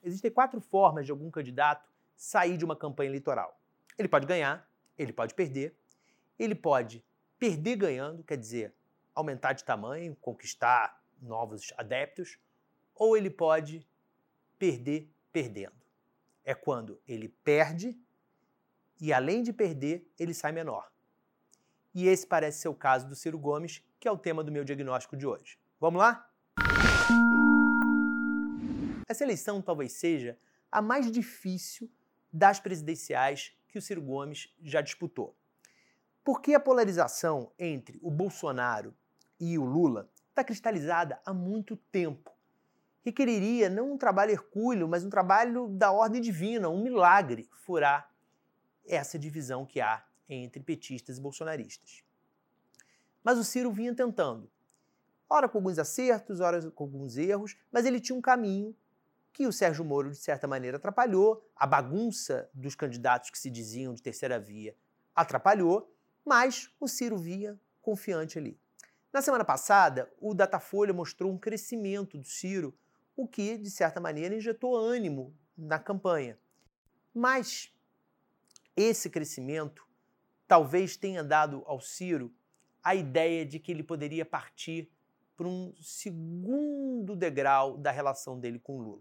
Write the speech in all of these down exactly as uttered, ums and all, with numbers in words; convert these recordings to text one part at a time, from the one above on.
existem quatro formas de algum candidato sair de uma campanha eleitoral. Ele pode ganhar, ele pode perder, ele pode perder ganhando, quer dizer, aumentar de tamanho, conquistar novos adeptos, ou ele pode perder perdendo. É quando ele perde e, além de perder, ele sai menor. E esse parece ser o caso do Ciro Gomes, que é o tema do meu diagnóstico de hoje. Vamos lá? Essa eleição talvez seja a mais difícil das presidenciais que o Ciro Gomes já disputou. Porque a polarização entre o Bolsonaro e o Lula está cristalizada há muito tempo. Requeriria não um trabalho hercúleo, mas um trabalho da ordem divina, um milagre, furar essa divisão que há entre petistas e bolsonaristas. Mas o Ciro vinha tentando, ora com alguns acertos, ora com alguns erros, mas ele tinha um caminho que o Sérgio Moro, de certa maneira, atrapalhou, a bagunça dos candidatos que se diziam de terceira via atrapalhou, mas o Ciro vinha confiante ali. Na semana passada, o Datafolha mostrou um crescimento do Ciro, o que, de certa maneira, injetou ânimo na campanha. Mas esse crescimento talvez tenha dado ao Ciro a ideia de que ele poderia partir para um segundo degrau da relação dele com o Lula.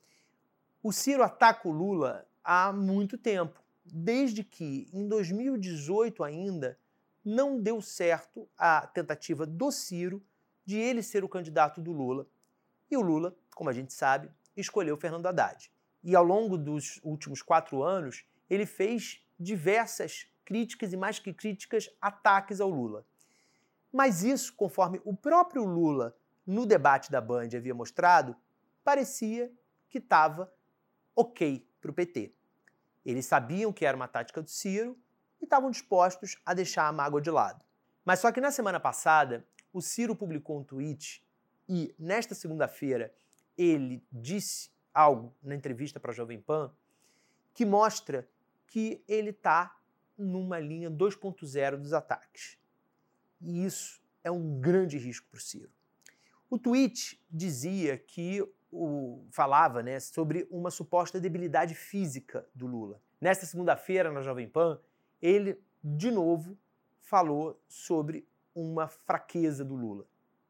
O Ciro ataca o Lula há muito tempo, desde que, em dois mil e dezoito ainda, não deu certo a tentativa do Ciro de ele ser o candidato do Lula. E o Lula, como a gente sabe, escolheu Fernando Haddad. E ao longo dos últimos quatro anos, ele fez diversas críticas e, mais que críticas, ataques ao Lula. Mas isso, conforme o próprio Lula, no debate da Band, havia mostrado, parecia que estava ok para o P T. Eles sabiam que era uma tática do Ciro e estavam dispostos a deixar a mágoa de lado. Mas só que na semana passada, o Ciro publicou um tweet e, nesta segunda-feira, ele disse algo na entrevista para a Jovem Pan que mostra que ele está numa linha dois ponto zero dos ataques. E isso é um grande risco para o Ciro. O tweet dizia que o, falava né, sobre uma suposta debilidade física do Lula. Nesta segunda-feira, na Jovem Pan, ele, de novo, falou sobre uma fraqueza do Lula.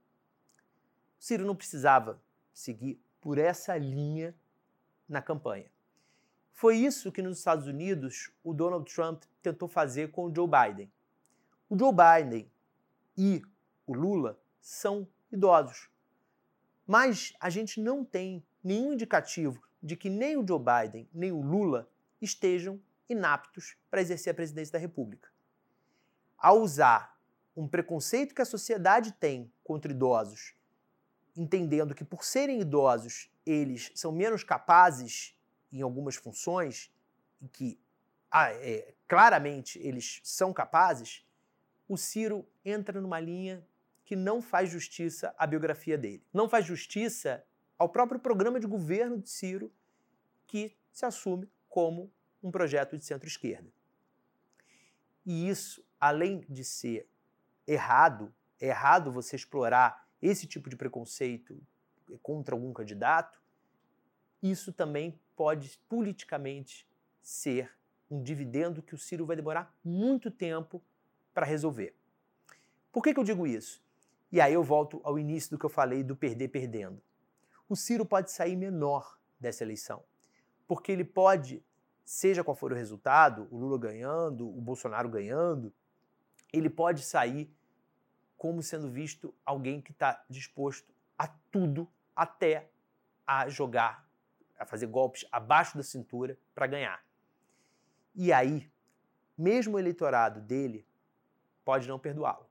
O Ciro não precisava seguir por essa linha na campanha. Foi isso que nos Estados Unidos o Donald Trump tentou fazer com o Joe Biden. O Joe Biden e o Lula são idosos. Mas a gente não tem nenhum indicativo de que nem o Joe Biden nem o Lula estejam inaptos para exercer a presidência da República. Ao usar um preconceito que a sociedade tem contra idosos, entendendo que por serem idosos eles são menos capazes em algumas funções, e que ah, é, claramente eles são capazes, o Ciro entra numa linha que não faz justiça à biografia dele. Não faz justiça ao próprio programa de governo de Ciro, que se assume como um projeto de centro-esquerda. E isso, além de ser errado, é errado você explorar esse tipo de preconceito contra algum candidato, isso também pode politicamente ser um dividendo que o Ciro vai demorar muito tempo para resolver. Por que que eu digo isso? E aí eu volto ao início do que eu falei do perder perdendo. O Ciro pode sair menor dessa eleição, porque ele pode, seja qual for o resultado, o Lula ganhando, o Bolsonaro ganhando, ele pode sair como sendo visto alguém que está disposto a tudo, até a jogar, a fazer golpes abaixo da cintura para ganhar. E aí, mesmo o eleitorado dele pode não perdoá-lo.